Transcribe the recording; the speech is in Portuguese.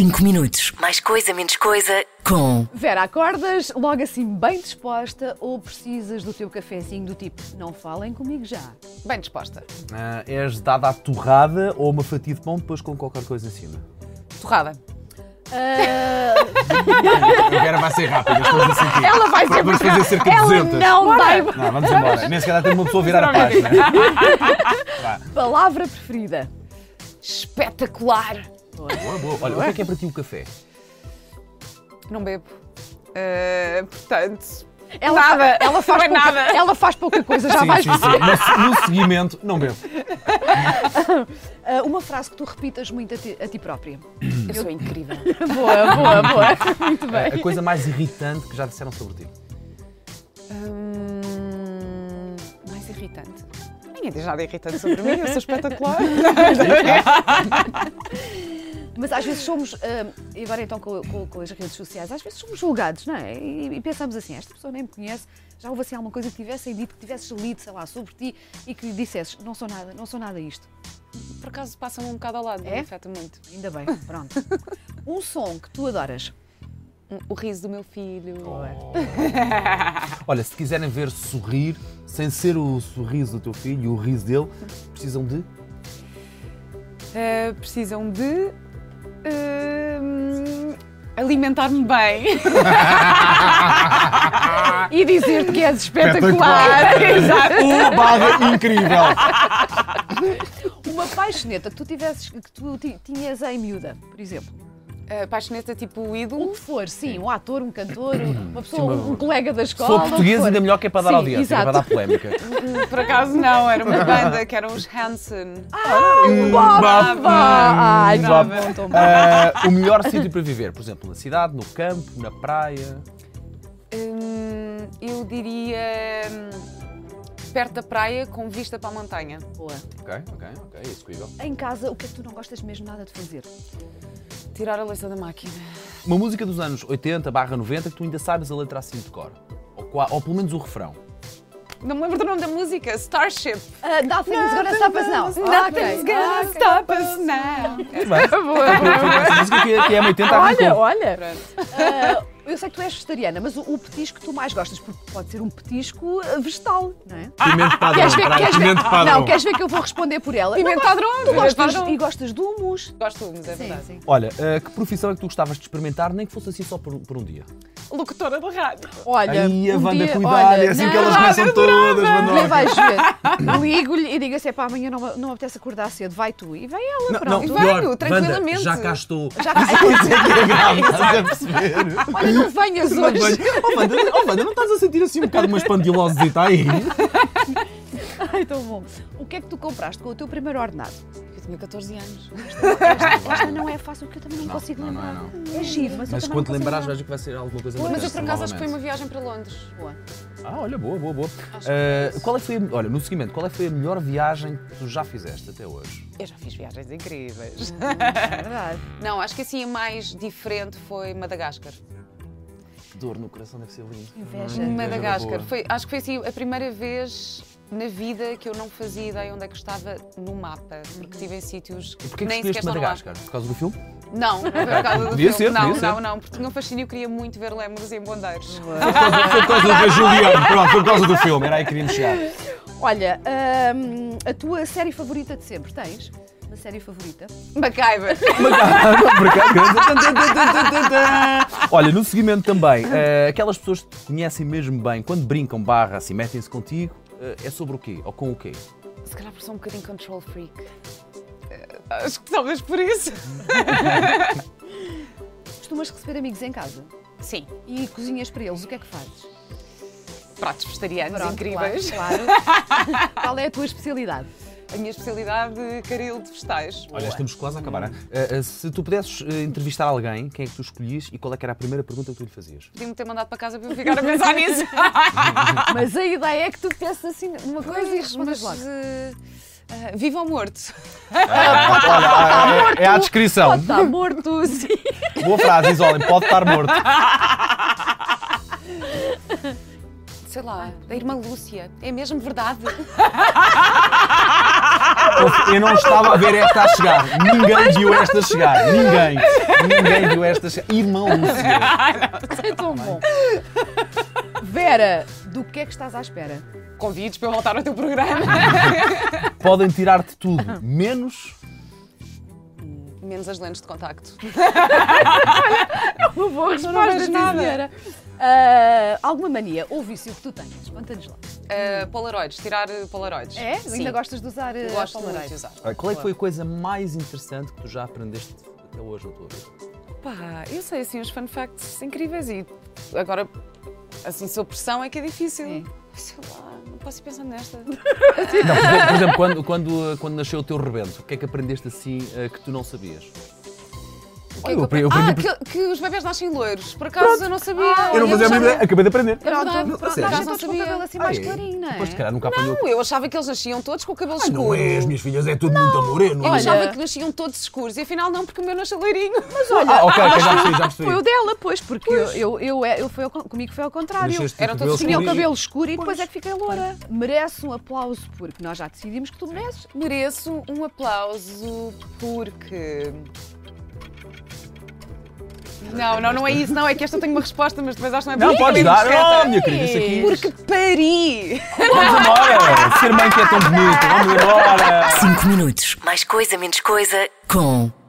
5 minutos. Mais coisa, menos coisa, com... Vera, acordas logo assim bem disposta ou precisas do teu cafezinho do tipo, não falem comigo já? Bem disposta. És dada à torrada ou uma fatia de pão depois com qualquer coisa em cima? Torrada. A Vera vai ser rápida, estamos a sentir. Ela vai ser Vamos fazer cerca de 200. Não vai. Não, vamos embora. Nem sequer dá tempo uma pessoa virar a página. Palavra preferida? Espetacular. Boa, boa. Olha, o que é para ti o café? Não bebo. Portanto, Ela Não faz é pouca, nada. Ela faz pouca coisa, já Sim, vais sim, sim. No seguimento, não bebo. Uma frase que tu repitas muito a ti própria. eu sou incrível. Boa. Muito bem. A coisa mais irritante que já disseram sobre ti? Mais irritante. Ninguém diz nada irritante sobre mim, eu sou espetacular. Mas às vezes somos, e agora então com as redes sociais, às vezes somos julgados, não é? E pensamos assim, esta pessoa nem me conhece, já houve assim alguma coisa que tivessem dito, que tivesses lido, sei lá, sobre ti e que lhe dissesses, não sou nada isto. Por acaso passa-me um bocado ao lado, não me afeta muito. Ainda bem, pronto. Um som que tu adoras. O riso do meu filho. Olha, se quiserem ver sorrir, sem ser o sorriso do teu filho e o riso dele, precisam de... Precisam de alimentar-me bem. E dizer-te que és espetacular. Exato. Barra incrível! Uma paixoneta que tu tinhas em miúda, por exemplo. Paixoneta tipo o O ídolo. que for, sim, um ator, um cantor, uma pessoa, Sim, um colega da Se escola. for o que português, for. ainda melhor que é para dar Sim, audiência, exato. é para dar polémica. Por acaso não, era uma banda que eram os Hanson. Ai, Brava. tão bom. O melhor sítio para viver, por exemplo, na cidade, no campo, na praia... Eu diria perto da praia com vista para a montanha. Boa. Ok, execuível. Em casa, o que é que tu não gostas mesmo nada de fazer? Tirar a louça da máquina. Uma música dos anos 80/90 que tu ainda sabes a letra assim de cor. Ou pelo menos o refrão. Não me lembro do nome da música. Starship. Nothing's gonna stop us now. Nothing's gonna stop us now. Muito bem. Essa música que é 80 Olha. Pronto. Eu sei que tu és vegetariana, mas o petisco que tu mais gostas, porque pode ser um petisco vegetal, não é? Pimento padrão. Pimento Não, padrão. queres ver que eu vou responder por ela? Pimento Não, padrão. Tu Pimento gostas, padrão. e gostas de hummus. Gosto de humos, é verdade. Sim. Olha, que profissão é que tu gostavas de experimentar, nem que fosse assim só por um dia? Locutora de rádio. Olha, Aí a um Wanda, dia, cuidado, olha, é assim que não, elas começam todas, nem Wanda. vais ver. Ligo-lhe e digo assim, pá, amanhã não me apetece acordar cedo, vai tu. E vem ela, pronto. Venho, tranquilamente. Wanda, já cá estou. Já cá- Isso é que é grave, estás a perceber? Olha, não venhas hoje. Wanda, não estás a sentir assim um bocado uma espandilosita aí? Ai, tão bom. O que é que tu compraste com o teu primeiro ordenado? Eu tinha 14 anos. Esta não é fácil, porque eu também não consigo lembrar. É giro, mas eu Mas também quando não consigo lembrares, lembrar. vejo que vai ser alguma coisa Mas eu marcante, por acaso acho que foi uma provavelmente. viagem para Londres. Boa. Olha, boa. Acho que Qual é que foi, olha, no seguimento, qual é que foi a melhor viagem que tu já fizeste até hoje? Eu já fiz viagens incríveis. É verdade. Não, acho que assim a mais diferente foi Madagascar. Dor no coração deve ser lindo. Inveja. Madagascar. boa. Acho que foi assim a primeira vez na vida que eu não fazia ideia onde é que eu estava no mapa, porque estive em sítios E porquê que que nem sequer escolheste estão lá. Madagascar? Por causa do filme? Não, não foi por causa do Podia filme. ser, podia ser. Não, porque tinha um fascínio e eu queria muito ver lémures em bondeiros. Foi por causa da Juliana, pronto, foi por causa do filme, era aí que queríamos chegar. Olha, a tua série favorita de sempre, tens? Uma série favorita? MacGyver. Olha, no seguimento também, aquelas pessoas que te conhecem mesmo bem, quando brincam barra, assim, metem-se contigo, é sobre o quê? Ou com o quê? Se calhar por ser um bocadinho control freak. Acho que talvez por isso. Costumas receber amigos em casa? Sim, E cozinhas para eles, o que é que fazes? pratos vegetarianos Pronto, incríveis. Claro. Qual é a tua especialidade? A minha especialidade, caril de vegetais. Olha, estamos quase a acabar, hein? Se tu pudesses entrevistar alguém, quem é que tu escolhias e qual é que era a primeira pergunta que tu lhe fazias? Podia-me ter mandado para casa para eu ficar a pensar nisso. Mas a ideia é que tu pensas assim numa coisa e respondes logo. Vivo ou morto? Olha, é a descrição. Pode estar morto, sim. Boa frase, isolem, pode estar morto. sei lá, da irmã Lúcia. É mesmo verdade. Eu não estava a ver esta a chegar. Ninguém viu esta chegar. Ninguém viu esta chegar. Irmão Lúcia. É tão bom. Vera, do que é que estás à espera? Convides para eu voltar ao teu programa. Podem tirar-te tudo, menos... Menos as lentes de contacto. Uma boa vejo resposta, nada. Vera. Alguma mania ou vício que tu tenhas? Conta-nos lá. Polaroids, tirar Polaroids. É? Sim. Ainda gostas de usar Gosto muito Polaroid? de usar. Qual é que foi a coisa mais interessante que tu já aprendeste até hoje na tua vida? Pá, eu sei assim, os fun facts incríveis e agora, assim, sob pressão é que é difícil. Sim. Sei lá, não posso ir pensando nesta. Não, por exemplo, quando nasceu o teu rebento, o que é que aprendeste assim que tu não sabias? Eu aprendi que os bebés nascem loiros. Por acaso eu não sabia. Eu não fazia a mínima ideia, acabei de aprender. Pronto, sério? nascem Não todos com o sabia. cabelo assim mais clarinho, não é? Depois, se calhar, nunca apanhou. Não, eu achava que eles nasciam todos com o cabelo escuro. Não é, as minhas filhas é tudo muito moreno. Eu Olha- achava que nasciam todos escuros e afinal não, porque o meu nasceu loirinho. Mas olha, Ok, já percebi. foi o dela, pois, porque comigo foi ao contrário. Nasceste Eram com todos Tinha o escuro e- cabelo escuro e depois é que fiquei loura. Merece um aplauso, porque nós já decidimos que tu mereces. Mereço um aplauso porque... Não é isso, não. É que esta eu tenho uma resposta, mas depois acho que não é Não, podes politicamente dar. correta. Oh, minha querida, isso aqui... Porque pari! Vamos embora! Ser mãe que é tão bonito, vamos embora! 5 minutos. Mais coisa, menos coisa. Com